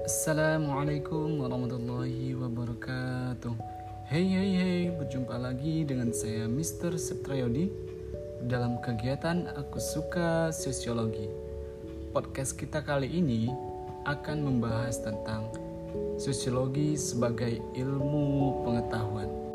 Assalamualaikum warahmatullahi wabarakatuh. Hey, berjumpa lagi dengan saya Mr. Septrayodi dalam kegiatan Aku Suka Sosiologi. Podcast kita kali ini akan membahas tentang sosiologi sebagai ilmu pengetahuan.